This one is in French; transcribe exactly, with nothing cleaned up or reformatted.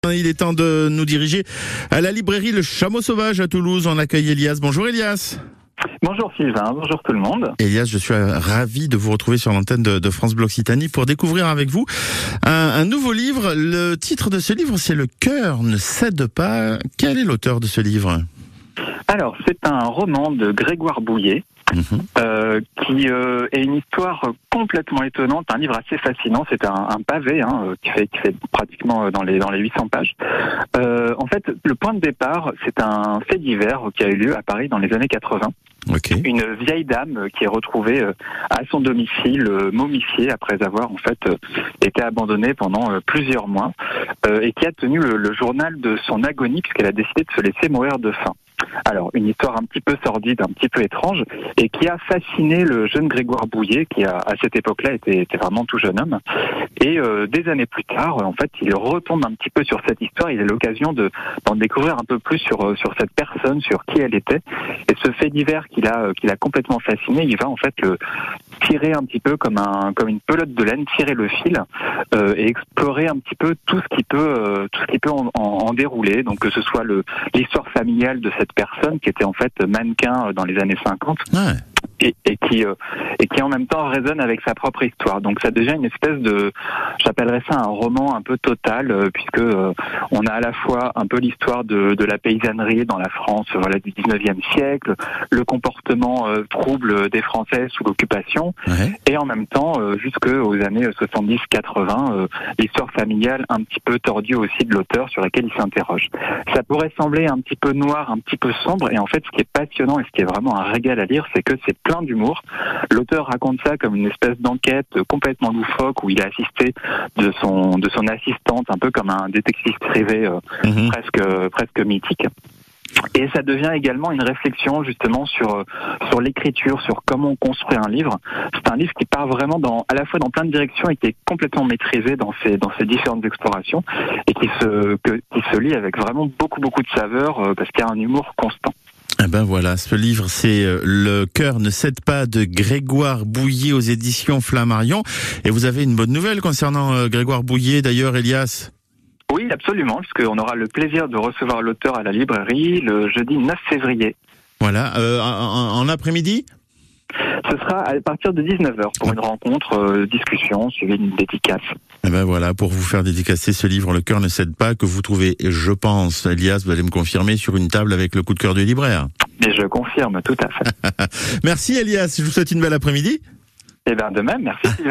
Il est temps de nous diriger à la librairie Le Chameau Sauvage à Toulouse. On accueille Elias. Bonjour Elias. Bonjour Sylvain, bonjour tout le monde. Elias, je suis ravi de vous retrouver sur l'antenne de, de France Bleu Occitanie pour découvrir avec vous un, un nouveau livre. Le titre de ce livre, c'est Le cœur ne cède pas. Quel est l'auteur de ce livre ? Alors, c'est un roman de Grégoire Bouillet. Mmh. Euh, qui euh, est une histoire complètement étonnante, un livre assez fascinant. C'est un, un pavé hein, qui, fait, qui fait pratiquement dans les, dans les huit cents pages. Euh, en fait, le point de départ, c'est un fait divers qui a eu lieu à Paris dans les années quatre-vingts. Okay. Une vieille dame qui est retrouvée à son domicile momifiée après avoir en fait été abandonnée pendant plusieurs mois euh, et qui a tenu le, le journal de son agonie puisqu'elle a décidé de se laisser mourir de faim. Alors, une histoire un petit peu sordide, un petit peu étrange, et qui a fasciné le jeune Grégoire Bouillet, qui a, à cette époque-là était, était vraiment tout jeune homme. Et euh, des années plus tard, en fait, il retombe un petit peu sur cette histoire. Il a l'occasion de d'en découvrir un peu plus sur sur cette personne, sur qui elle était. Et ce fait divers qu'il a qu'il a complètement fasciné, il va en fait le tirer un petit peu comme un comme une pelote de laine, tirer le fil euh, et explorer un petit peu tout ce qui peut euh, tout ce qui peut en, en, en dérouler. Donc que ce soit le l'histoire familiale de cette personne qui était en fait mannequin dans les années cinquante. Ouais. Et, et qui euh, et qui en même temps résonne avec sa propre histoire. Donc ça devient une espèce de, j'appellerais ça un roman un peu total, euh, puisque euh, on a à la fois un peu l'histoire de, de la paysannerie dans la France, voilà, du dix-neuvième siècle, le comportement euh, trouble des Français sous l'occupation, ouais. Et en même temps euh, jusqu'aux années soixante-dix quatre-vingts, euh, l'histoire familiale un petit peu tordue aussi de l'auteur sur laquelle il s'interroge. Ça pourrait sembler un petit peu noir, un petit peu sombre, et en fait ce qui est passionnant et ce qui est vraiment un régal à lire, c'est que c'est plein d'humour. L'auteur raconte ça comme une espèce d'enquête complètement loufoque où il a assisté de son de son assistante, un peu comme un détective privé euh, mmh. presque presque mythique. Et ça devient également une réflexion justement sur sur l'écriture, sur comment on construit un livre. C'est un livre qui part vraiment dans à la fois dans plein de directions et qui est complètement maîtrisé dans ses dans ses différentes explorations et qui se que, qui se lit avec vraiment beaucoup beaucoup de saveur euh, parce qu'il y a un humour constant. Eh ben voilà, ce livre, c'est Le cœur ne cède pas de Grégoire Bouillet aux éditions Flammarion. Et vous avez une bonne nouvelle concernant Grégoire Bouillet, d'ailleurs, Elias ? Oui, absolument, puisqu'on aura le plaisir de recevoir l'auteur à la librairie le jeudi neuf février. Voilà, euh, en, en après-midi ? Ce sera à partir de dix-neuf heures pour une rencontre, euh, discussion, suivie d'une dédicace. Eh ben voilà, pour vous faire dédicacer ce livre, Le cœur ne cède pas, que vous trouvez, je pense, Elias, vous allez me confirmer, sur une table avec le coup de cœur du libraire. Mais je confirme, tout à fait. Merci Elias, je vous souhaite une belle après-midi. Eh bien de même, merci Sylvain.